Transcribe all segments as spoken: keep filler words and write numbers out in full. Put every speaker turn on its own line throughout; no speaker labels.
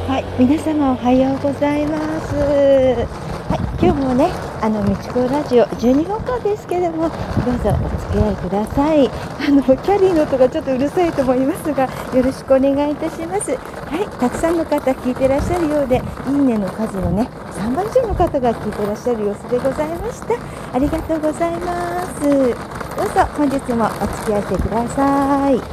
はい、皆様おはようございます。はい、今日もね、あの、みちこラジオじゅうにふんかんですけども、どうぞお付き合いください。あの、キャリーの音がちょっとうるさいと思いますが、よろしくお願いいたします。はい、たくさんの方聞いてらっしゃるようで、いいねの数もね、さんばん以上の方が聞いてらっしゃる様子でございました。ありがとうございます。どうぞ本日もお付き合いしてください。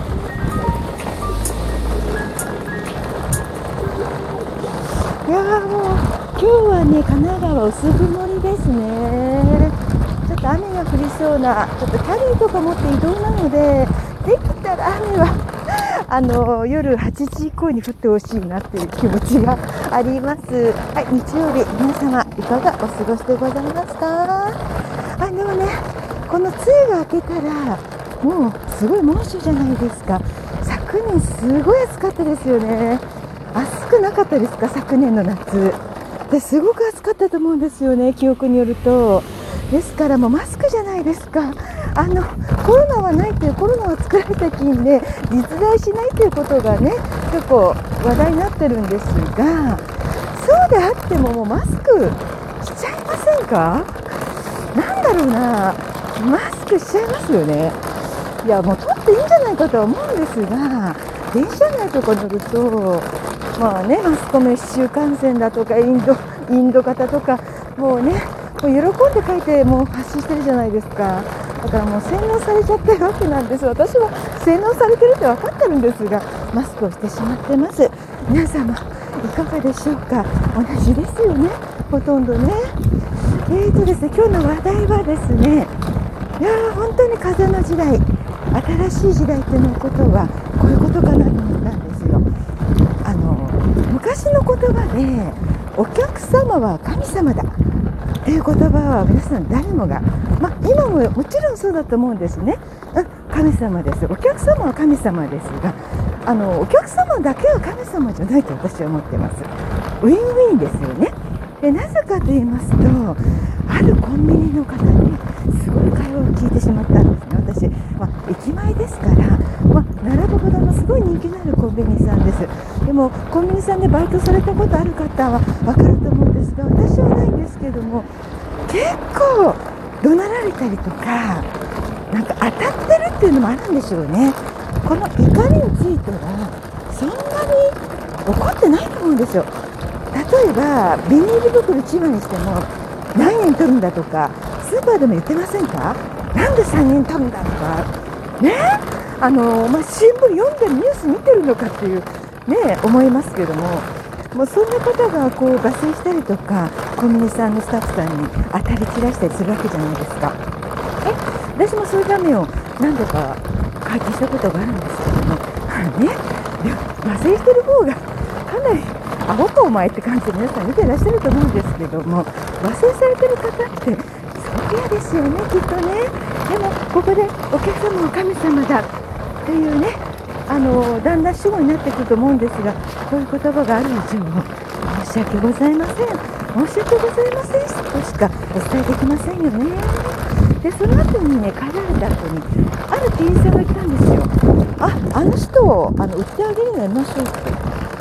いやーもう今日はね、神奈川薄曇りですね。ちょっと雨が降りそうな、ちょっとキャリーとか持って移動なので、できたら雨はあの夜はちじ以降に降ってほしいなっていう気持ちがあります。はい、日曜日皆様いかがお過ごしでございますか？あのね、この梅雨が明けたらもうすごい猛暑じゃないですか。昨年すごい暑かったですよね。暑くなかったですか、昨年の夏ですごく暑かったと思うんですよね、記憶によると。ですからもうマスクじゃないですか。あのコロナはないという、コロナを作られた菌で実在しないということがね、結構話題になってるんですが、そうであってももうマスクしちゃいませんか？なんだろうな、マスクしちゃいますよね。いやもう取っていいんじゃないかとは思うんですが、電車内とか乗るとまあね、マスコミ市中感染だとかインドインド型とかもうね、もう喜んで書いてもう発信してるじゃないですか。だからもう洗脳されちゃってるわけなんです。私は洗脳されてるって分かってるんですが、マスクをしてしまってます。皆様いかがでしょうか？同じですよね、ほとんどね。えーとですね、今日の話題はですね、いやー本当に風の時代、新しい時代っていうのことはこういうことかなと思ったんですよ。あの昔の言葉でお客様は神様だっていう言葉は皆さん誰もが、まあ、今ももちろんそうだと思うんですね。うん、神様です、お客様は神様ですが、あのお客様だけは神様じゃないと私は思ってます。ウィンウィンですよね。でなぜかと言いますと、あるコンビニの方にすごい会話を聞いてしまったんですね。私、まあ、駅前ですから、まあ、並ぶほどのすごい人気のあるコンビニさんです。でもコンビニさんでバイトされたことある方は分かると思うんですが、私はないんですけども、結構怒鳴られたりとか、なんか当たってるっていうのもあるんでしょうね。この怒りについてはそんなに怒ってないと思うんですよ。例えばビニール袋いちまいにしても何円取るんだとか、スーパーでも言ってませんか？なんでさんえん取るんだとかね、あの、まあ、新聞読んでるニュース見てるのかっていうね、思いますけども、もうそんな方がこう罵声したりとか、コンビニさんのスタッフさんに当たり散らしたりするわけじゃないですか。え私もそういう場面を何度か体験したことがあるんですけども、ね、罵声してる方がかなりアホかお前って感じで皆さん見てらっしゃると思うんですけども、罵声されてる方ってすごく嫌ですよね、きっとね。でもここでお客様は神様だっていうね、あのだんだん主語になってくると思うんですが、こういう言葉がある以上申し訳ございません、申し訳ございませんとしかお伝えできませんよね。でその後にね、帰られた後にある店員さんが言ったんですよ。あ、あの人をあの売ってあげるのやめましょうって。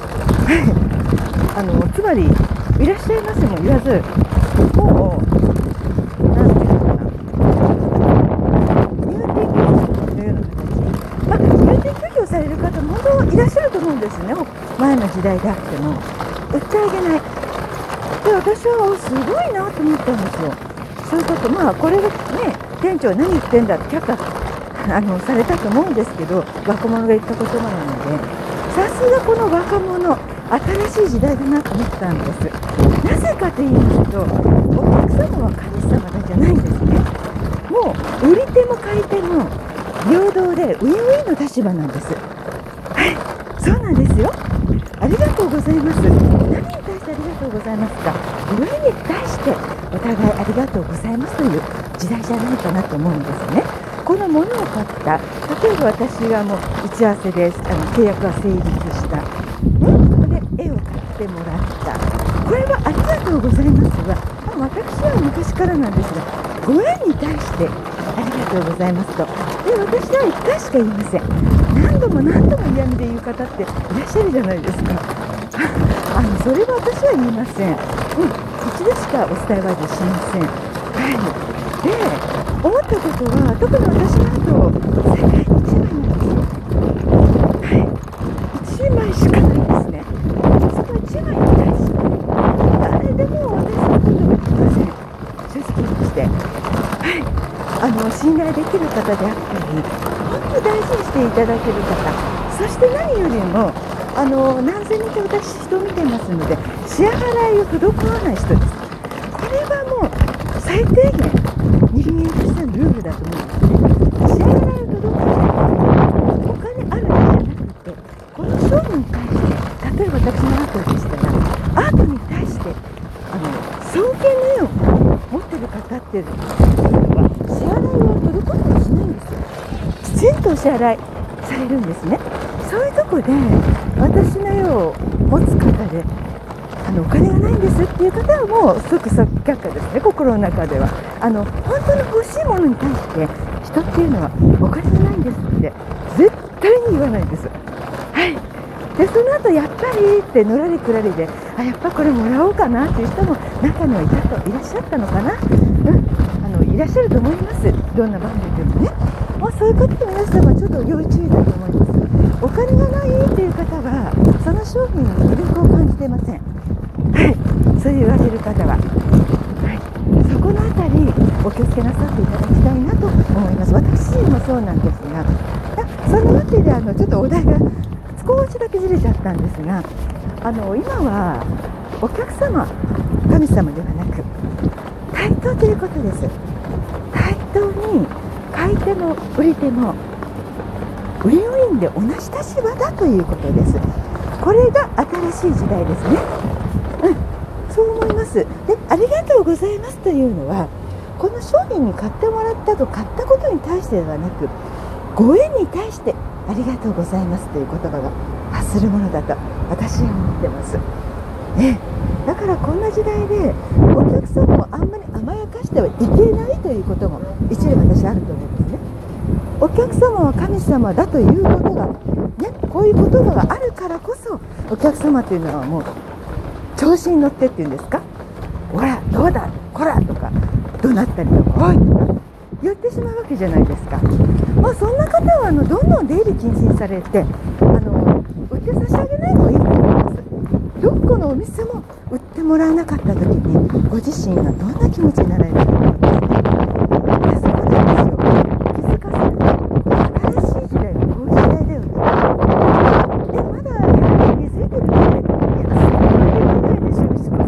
あのつまりいらっしゃいませも言わず、もうなんていうのかな、入店拒否のような形、まあ、入店拒否をされる方も本当いらっしゃると思うんですね。前の時代であっても売ってあげない。で私はすごいなと思ったんですよ。そういうこと、まあこれがね、店長何言ってんだって却下あのされたと思うんですけど、若者が言った言葉なので、さすがこの若者、新しい時代だなと思ったんです。なぜかと言いますと、お客様は神様だじゃないんですね。もう売り手も買い手も平等でウィンウィンの立場なんです。はい、そうなんですよ。ありがとうございます。何に対してありがとうございますか。上に対してお互いありがとうございますという時代じゃないかなと思うんですね。この物を買った、例えば私がもう打ち合わせです、あの契約が成立した、ね、で絵を買ってもらった、これはありがとうございますは、まあ、私は昔からなんですが、ご縁に対してありがとうございますと。で私はいっかいしか言いません。何度も何度も嫌味で言う方っていらっしゃるじゃないですか。はあのそれは私は言いません。うん、一度しかお伝えはしません。はい。で、思ったことは、特に私の後、世界にいちまいなんですよ。はい。いちまいしかないんですね。そのいちまいに対して、誰でも同じことができません。正直言いまして。はい。あの、信頼できる方であったり、本当に大事にしていただける方、そして何よりも、あの何千人と私人を見てますので、支払いを滞らない人です。これはもう最低限人間としてのルールだと思うんですね。支払いを滞らない、お金あるだけじゃなくて、この商品に対して、例えば私のアートでしたら、アートに対してあの尊敬の絵を持ってる方っていうのは支払いを滞ったりしないんですよ。きちんとお支払いされるんですね。そういうとこで私の絵を持つ方で、あのお金がないんですっていう方はもう即即却下ですね。心の中ではあの本当に欲しいものに対して人っていうのはお金がないんですって絶対に言わないんです。はい。でその後やっぱりってのらりくらりで、あ、やっぱこれもらおうかなっていう人も中にはいたといらっしゃったのかな、うん、あのいらっしゃると思います。どんな場面でもね。まあ、そういうこと皆様ちょっと要注意だと思います。お金がないっていう方はその商品に魅力を感じていません。はい、そう言われる方は、はい、そこのあたりお気をつけなさっていただきたいなと思います。私自身もそうなんですが、そんなわけであのちょっとお題が少しだけずれちゃったんですが、あの今はお客様、神様ではなく対等ということです。対等に買い手も売り手もウィンウィンで同じ立場だということです。これが新しい時代ですね。うん、そう思います。で、ありがとうございますというのは、この商品に買ってもらったと買ったことに対してではなく、ご縁に対してありがとうございますという言葉が発するものだと私は思ってます。ね、だからこんな時代でお客様をあんまり甘やかしてはいけないということも一理私あると思うんですね。お客様は神様だということが、ね、こういう言葉があるからこそお客様というのはもう調子に乗ってっていうんですか、ほらどうだこらとか怒鳴ったりとかおいとか言ってしまうわけじゃないですか。まあ、そんな方はあのどんどん出入り禁止にされて、あの売って差し上げないのがいいと思います。どこのお店も売ってもらわなかった時にご自身がどんな気持ちになられるかと思います。で、そこなんですよ。気づかせる。新しい時代はこういう時代だよね。で、まだやりづいてるので、いや、それは言わないでしょ、息子さんって。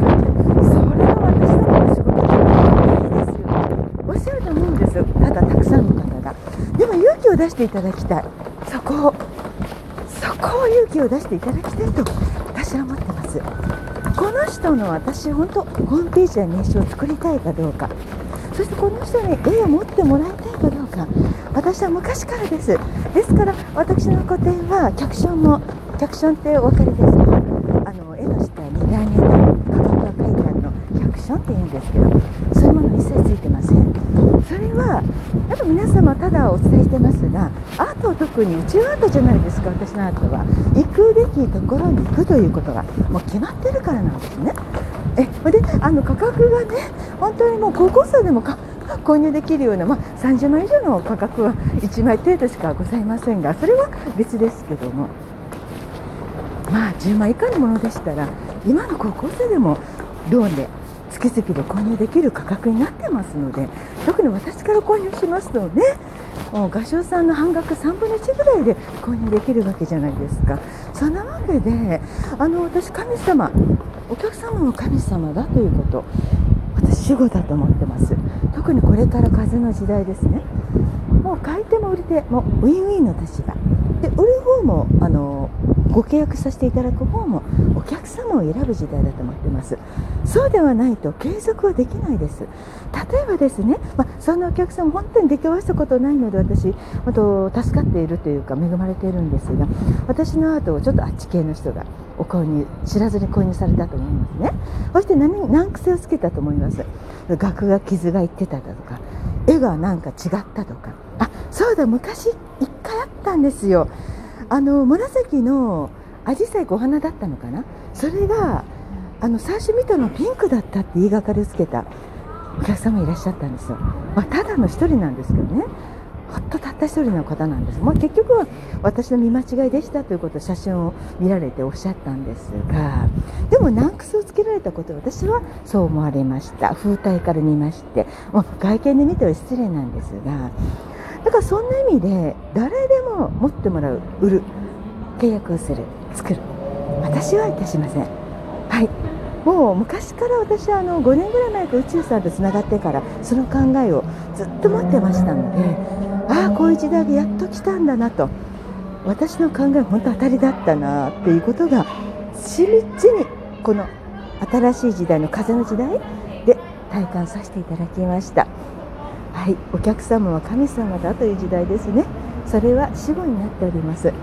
それは私どもの仕事じゃないですよ。おっしゃると思うんですよ。ただたくさんの方が。でも勇気を出していただきたい。そこを、そこを勇気を出していただきたいと私は思ってます。この人の私本当ホームページや名刺を作りたいかどうか、そしてこの人に絵を持ってもらいたいかどうか、私は昔からです。ですから私の個展はキャプションも、キャプションってお分かりですか？あの絵の下に題名の価格が書いてあるのキャプションって言うんですけど、そういうもの一切ついてません。それはやっぱ皆様ただお伝えしてますが、アートを特に宇宙アートじゃないですか。私のアートは行くべきところに行くということがもう決まってるからなんですね。えであの価格がね、本当にもう高校生でもか購入できるような、まあ、さんじゅうまん以上の価格はいちまい程度しかございませんが、それは別ですけども、まあじゅうまん以下のものでしたら今の高校生でもローンで月々で購入できる価格になってますので、特に私から購入しますとね、もう画商さんの半額さんぶんのいちぐらいで購入できるわけじゃないですか。そんなわけであの私神様、お客様も神様だということ、私主語だと思ってます。特にこれから風の時代ですね。もう買い手も売り手もウィンウィンの立場で、売る方もあのご契約させていただく方もお客様を選ぶ時代だと思ってます。そうではないと継続はできないです。例えばですね、まあ、そんなお客様本当に出くわしたことないので、私本当助かっているというか恵まれているんですが、私のアートをちょっとあっち系の人がお購入、知らずに購入されたと思いますね。そして 何, 何癖をつけたと思います。額が傷がいってただとか、絵がなんか違ったとか、あ、そうだ、昔一回あったんですよ。あの紫のアジサイかお花だったのかな、それがあの最初見たのピンクだったって言いがかりをつけたお客様いらっしゃったんですよ。まあ、ただの一人なんですけどね、ほっとたった一人の方なんです。まあ、結局は私の見間違いでしたということを写真を見られておっしゃったんですが、でも難癖をつけられたことを私はそう思われました。風体から見まして、もう外見で見ては失礼なんですが、だからそんな意味で誰でも持ってもらう、売る、契約をする、作る、私はいたしません。はい、もう昔から私はあのごねんぐらい前から宇宙さんとつながってからその考えをずっと持ってましたので、ああこういう時代がやっと来たんだなと、私の考えは本当当たりだったなっていうことがしみちにこの新しい時代の風の時代で体感させていただきました。はい、お客様は神様だという時代ですね。それは死語になっております。はい、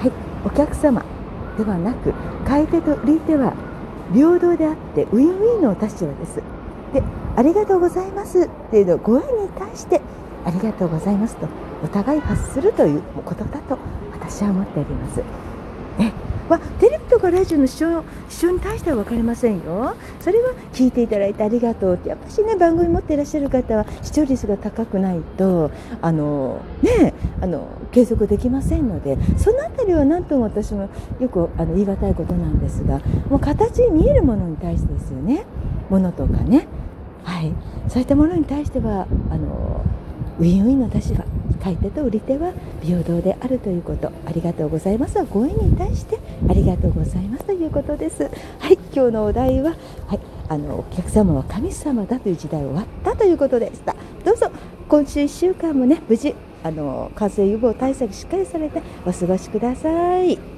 お客様ではなく買い手と売り手は平等であってウィンウィンの立場です。で、ありがとうございますっていうのをご縁に対してありがとうございますとお互い発するということだと私は思っております。えまあ、テレビとかラジオの視聴、視聴に対しては分かりませんよ。それは聞いていただいてありがとうって、やっぱしね、番組持っていらっしゃる方は視聴率が高くないとあの、ね、あの継続できませんので、そのあたりは何とも私もよくあの言い難いことなんですが、もう形に見えるものに対してですよね。ものとかね、はい、そういったものに対してはあのウィンウィンの立場、買い手と売り手は平等であるということ、ありがとうございますはご縁に対してありがとうございますということです。はい、今日のお題は、はい、あのお客様は神様だという時代終わったということでした。どうぞ今週いっしゅうかんもね、無事あの感染予防対策しっかりされてお過ごしください。